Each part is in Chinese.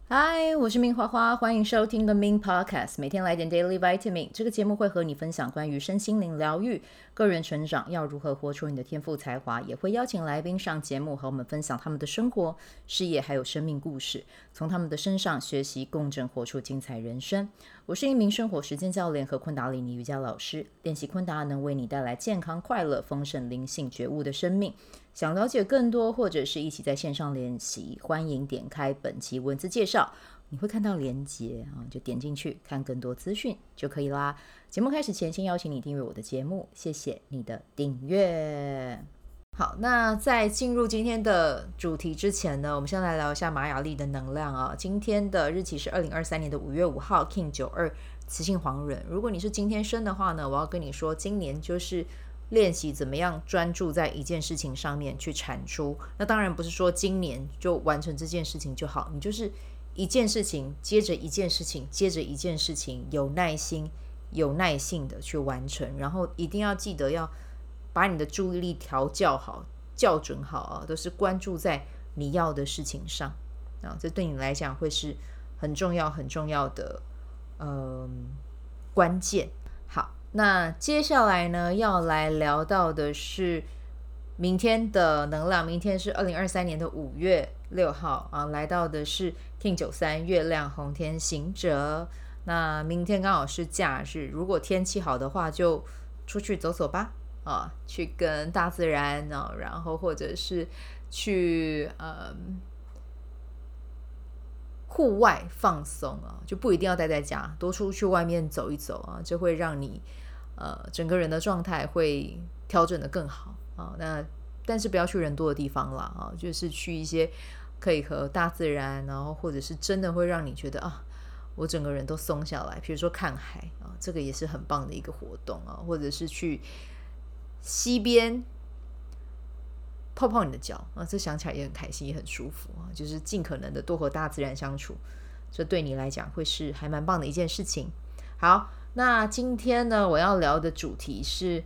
嗨，我是明花花，欢迎收听 The Min Podcast， 每天来点 Daily Vitamin。这个节目会和你分享关于身心灵疗愈、个人成长，要如何活出你的天赋才华，也会邀请来宾上节目和我们分享他们的生活、事业还有生命故事，从他们的身上学习共振，活出精彩人生。我是一名生活实践教练和昆达里尼瑜伽老师，练习昆达能为你带来健康、快乐、丰盛、灵性觉悟的生命。想了解更多，或者是一起在线上练习，欢迎点开本期文字介绍，你会看到连结就点进去看更多资讯就可以啦。节目开始前，先邀请你订阅我的节目，谢谢你的订阅。好，那在进入今天的主题之前呢，我们先来聊一下玛雅历的能量啊。今天的日期是2023年的5月5号 King 92雌性黄人。如果你是今天生的话呢，我要跟你说，今年就是练习怎么样专注在一件事情上面去产出。那当然不是说今年就完成这件事情就好，你就是一件事情接着一件事情接着一件事情，有耐心有耐性的去完成，然后一定要记得要把你的注意力调教好校准好啊，都是关注在你要的事情上啊，这对你来讲会是很重要很重要的关键。好，那接下来呢要来聊到的是明天的能量。明天是2023年的5月6号啊，来到的是 King 93月亮红天行者。那明天刚好是假日，如果天气好的话就出去走走吧啊，去跟大自然啊，然后或者是去户外放松啊，就不一定要待在家，多出去外面走一走啊，这会让你整个人的状态会调整得更好啊。那但是不要去人多的地方啦啊，就是去一些可以和大自然，然后或者是真的会让你觉得我整个人都松下来，比如说看海啊，这个也是很棒的一个活动啊，或者是去溪边泡泡你的脚啊，这想起来也很开心，也很舒服啊，就是尽可能的多和大自然相处，这对你来讲会是还蛮棒的一件事情。好，那今天呢，我要聊的主题是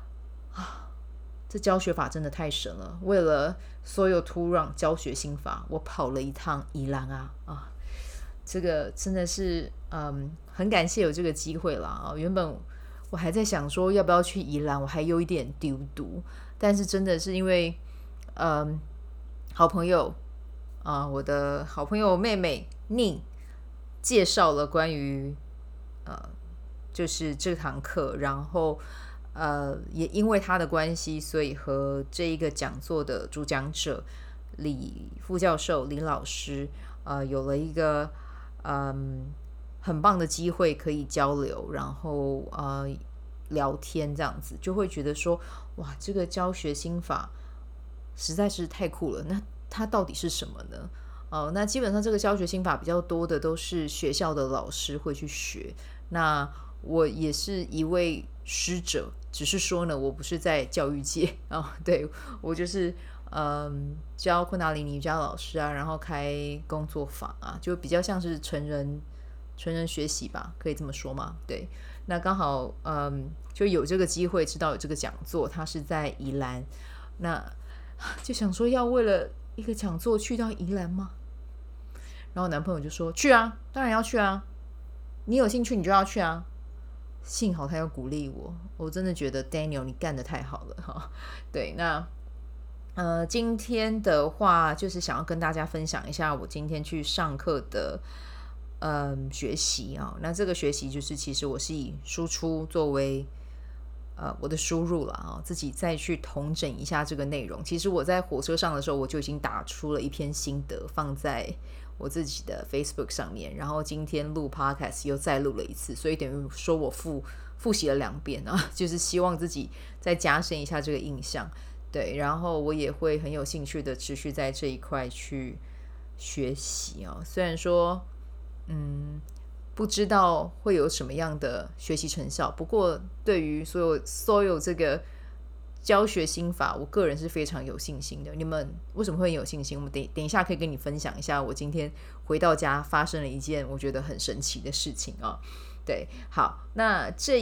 这教学法真的太神了。为了所有土壤教学心法，我跑了一趟宜兰这个真的是很感谢有这个机会啦原本我还在想说要不要去宜兰，我还有一点丢毒，但是真的是因为好朋友我的好朋友妹妹宁介绍了关于就是这堂课，然后也因为他的关系，所以和这一个讲座的主讲者李副教授李老师有了一个很棒的机会可以交流，然后聊天，这样子就会觉得说哇，这个教学心法实在是太酷了。那它到底是什么呢？那基本上这个教学心法比较多的都是学校的老师会去学，那我也是一位师者，只是说呢我不是在教育界对，我就是教昆达里尼瑜伽老师然后开工作坊就比较像是成人学习吧，可以这么说吗？对，那刚好就有这个机会知道有这个讲座，它是在宜兰，那就想说要为了一个讲座去到宜兰吗？然后我男朋友就说去啊，当然要去啊，你有兴趣你就要去啊。幸好他要鼓励我，我真的觉得 Daniel 你干得太好了对，那今天的话就是想要跟大家分享一下我今天去上课的学习那这个学习就是其实我是以输出作为我的输入了自己再去统整一下这个内容。其实我在火车上的时候我就已经打出了一篇心得放在我自己的 Facebook 上面，然后今天录 Podcast 又再录了一次，所以等于说我复习了2遍就是希望自己再加深一下这个印象。对，然后我也会很有兴趣的持续在这一块去学习虽然说不知道会有什么样的学习成效，不过对于所有这个教学心法我个人是非常有信心的。你们为什么会很有信心？我们等一下可以跟你分享一下我今天回到家发生了一件我觉得很神奇的事情对，好，那这一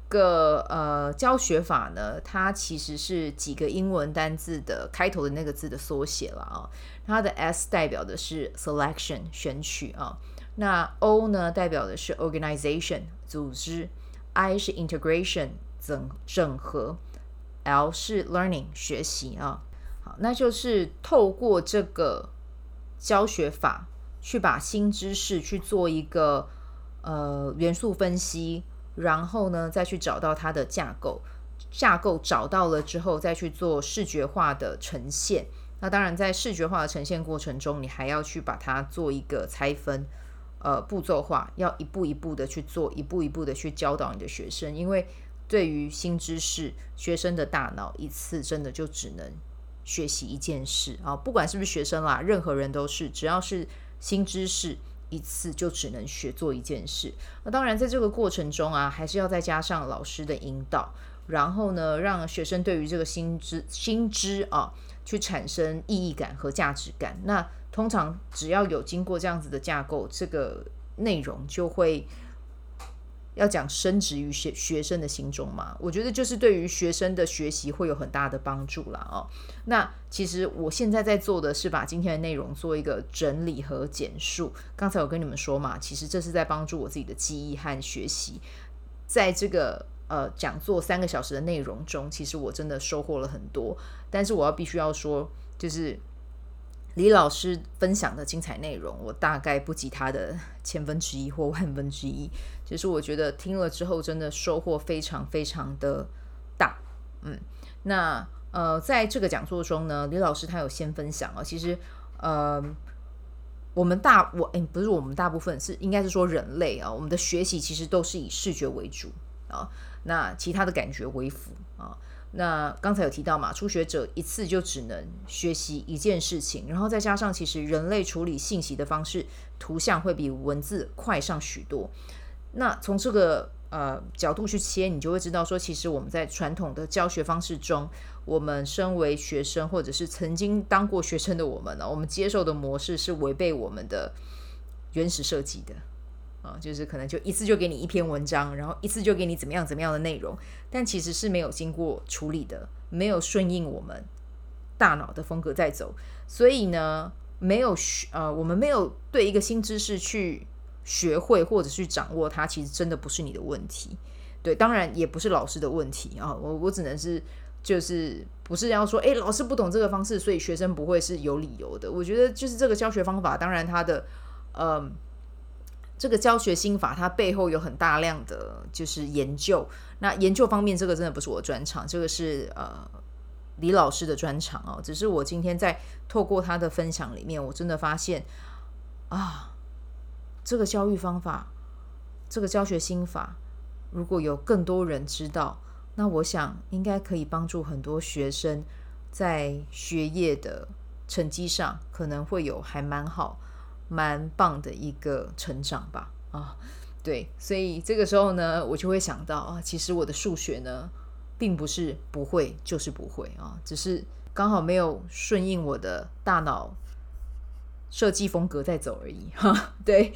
个教学法呢，它其实是几个英文单字的开头的那个字的缩写了啊。它的 S 代表的是 selection 选取啊，那 O 呢代表的是 organization 组织，I 是 integration 整合，L 是 learning 学习啊。好，那就是透过这个教学法去把新知识去做一个元素分析，然后呢再去找到它的架构找到了之后再去做视觉化的呈现。那当然在视觉化的呈现过程中，你还要去把它做一个拆分步骤化，要一步一步的去做，一步一步的去教导你的学生。因为对于新知识，学生的大脑一次真的就只能学习一件事啊，不管是不是学生啦，任何人都是，只要是新知识一次就只能学做一件事。那当然在这个过程中啊，还是要再加上老师的引导，然后呢让学生对于这个新知啊去产生意义感和价值感。那通常只要有经过这样子的架构，这个内容就会要讲深植于学生的心中嘛，我觉得就是对于学生的学习会有很大的帮助啦哦。那其实我现在在做的是把今天的内容做一个整理和简述。刚才我跟你们说嘛，其实这是在帮助我自己的记忆和学习。在这个讲座3个小时的内容中，其实我真的收获了很多。但是我必须要说，就是李老师分享的精彩内容，我大概不及他的1/1000或1/1000，就是我觉得听了之后真的收获非常非常的大。那在这个讲座中呢，李老师他有先分享其实不是我们大部分是应该是说人类我们的学习其实都是以视觉为主那其他的感觉为辅那刚才有提到嘛，初学者一次就只能学习一件事情，然后再加上其实人类处理信息的方式，图像会比文字快上许多。那从这个角度去切，你就会知道说，其实我们在传统的教学方式中，我们身为学生或者是曾经当过学生的我们我们接受的模式是违背我们的原始设计的就是可能就一次就给你一篇文章，然后一次就给你怎么样怎么样的内容，但其实是没有经过处理的，没有顺应我们大脑的风格在走。所以呢，我们没有对一个新知识去学会或者去掌握它，其实真的不是你的问题。对，当然也不是老师的问题我只能是就是不是要说老师不懂这个方式，所以学生不会是有理由的。我觉得就是这个教学方法，当然它的这个教学心法它背后有很大量的就是研究，那研究方面这个真的不是我的专长，这个是李老师的专长只是我今天在透过他的分享里面，我真的发现这个教育方法，这个教学心法，如果有更多人知道，那我想应该可以帮助很多学生在学业的成绩上可能会有还蛮好蛮棒的一个成长吧对，所以这个时候呢，我就会想到其实我的数学呢并不是不会就是不会只是刚好没有顺应我的大脑设计风格在走而已对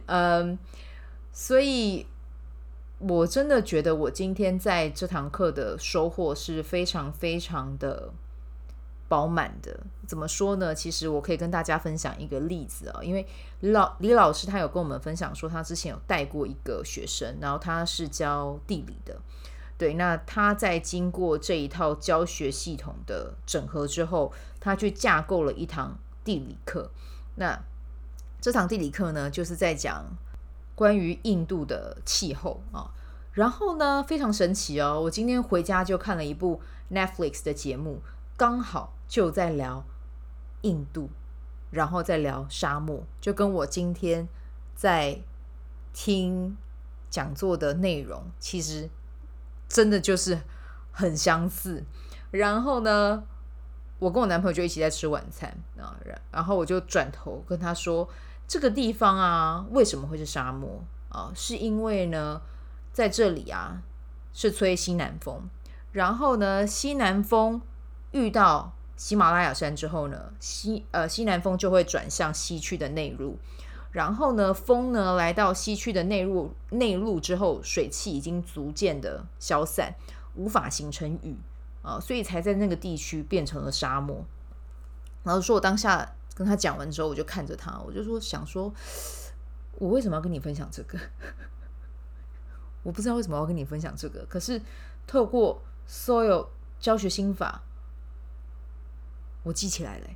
所以我真的觉得我今天在这堂课的收获是非常非常的饱满的。怎么说呢？其实我可以跟大家分享一个例子因为李老师他有跟我们分享说，他之前有带过一个学生，然后他是教地理的。对，那他在经过这一套教学系统的整合之后，他去架构了一堂地理课。那这堂地理课呢，就是在讲关于印度的气候然后呢，非常神奇我今天回家就看了一部 Netflix 的节目，刚好就在聊印度，然后再聊沙漠，就跟我今天在听讲座的内容其实真的就是很相似。然后呢，我跟我男朋友就一起在吃晚餐然后我就转头跟他说，这个地方为什么会是沙漠是因为呢在这里是吹西南风，然后呢西南风遇到喜马拉雅山之后呢西南风就会转向西区的内陆， 然后呢，风呢来到西区的内陆之后，水汽已经逐渐的消散，无法形成雨所以才在那个地区变成了沙漠。然后说我当下跟他讲完之后，我就看着他，我就想说，我为什么要跟你分享这个？我不知道为什么要跟你分享这个，可是透过 Soil 教学心法，我记起来了。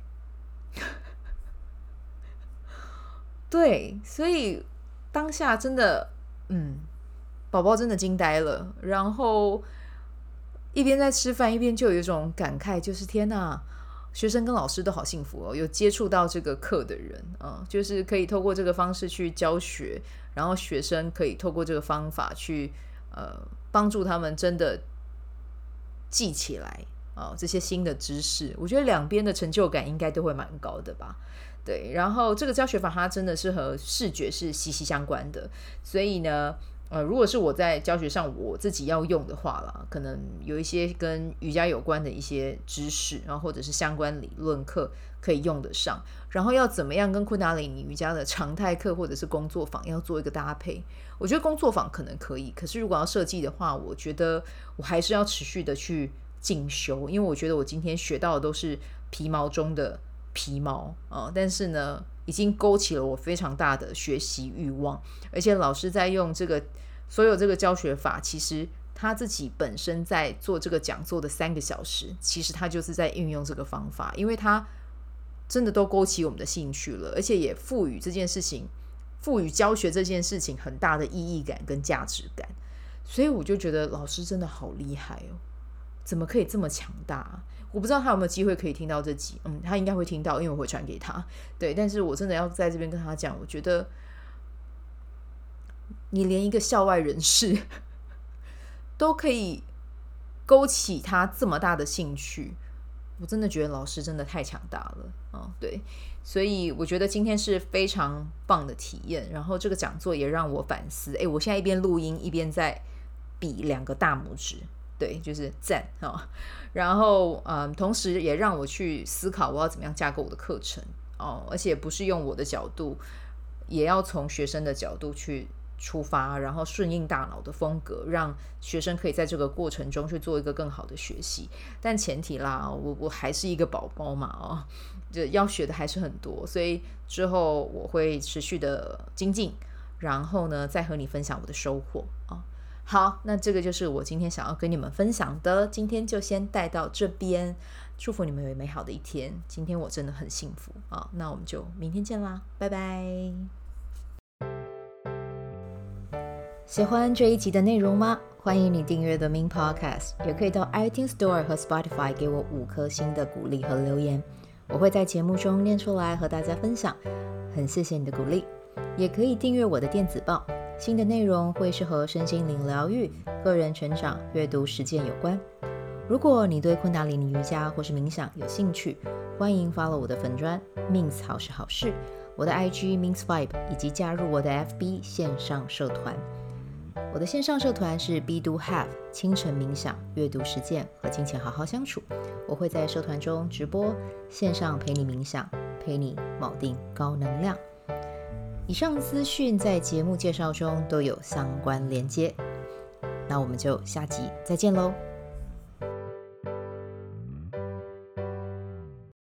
对，所以当下真的，宝宝真的惊呆了，然后一边在吃饭，一边就有一种感慨，就是天哪，学生跟老师都好幸福哦，有接触到这个课的人就是可以透过这个方式去教学，然后学生可以透过这个方法去帮助他们真的记起来这些新的知识。我觉得两边的成就感应该都会蛮高的吧。对，然后这个教学法它真的是和视觉是息息相关的，所以呢如果是我在教学上我自己要用的话啦，可能有一些跟瑜伽有关的一些知识，然后或者是相关理论课可以用得上，然后要怎么样跟昆达里尼瑜伽的常态课或者是工作坊要做一个搭配。我觉得工作坊可能可以，可是如果要设计的话，我觉得我还是要持续的去进修，因为我觉得我今天学到的都是皮毛中的皮毛但是呢已经勾起了我非常大的学习欲望。而且老师在用这个所有这个教学法，其实他自己本身在做这个讲座的3个小时，其实他就是在运用这个方法，因为他真的都勾起我们的兴趣了，而且也赋予教学这件事情很大的意义感跟价值感。所以我就觉得老师真的好厉害怎么可以这么强大我不知道他有没有机会可以听到这集，他应该会听到，因为我会传给他。对，但是我真的要在这边跟他讲，我觉得你连一个校外人士都可以勾起他这么大的兴趣，我真的觉得老师真的太强大了对，所以我觉得今天是非常棒的体验。然后这个讲座也让我反思，我现在一边录音一边在比2个大拇指，对，就是赞然后同时也让我去思考我要怎么样架构我的课程而且不是用我的角度，也要从学生的角度去出发，然后顺应大脑的风格，让学生可以在这个过程中去做一个更好的学习。但前提啦，我还是一个宝宝嘛就要学的还是很多，所以之后我会持续的精进，然后呢再和你分享我的收获好，那这个就是我今天想要跟你们分享的，今天就先带到这边，祝福你们有美好的一天。今天我真的很幸福那我们就明天见啦，拜拜。喜欢这一集的内容吗？欢迎你订阅 The Min Podcast， 也可以到 iTunes Store 和 Spotify 给我5颗星的鼓励和留言，我会在节目中念出来和大家分享，很谢谢你的鼓励。也可以订阅我的电子报，新的内容会是和身心灵疗愈、个人成长、阅读实践有关。如果你对昆达里尼瑜伽或是冥想有兴趣，欢迎 follow 我的粉专 Mins 好事好事，我的 IG Mins Vibe， 以及加入我的 FB 线上社团。我的线上社团是 Be Do Have 清晨冥想、阅读实践和金钱好好相处，我会在社团中直播，线上陪你冥想，陪你铆定高能量。以上资讯在节目介绍中都有相关连接，那我们就下集再见喽。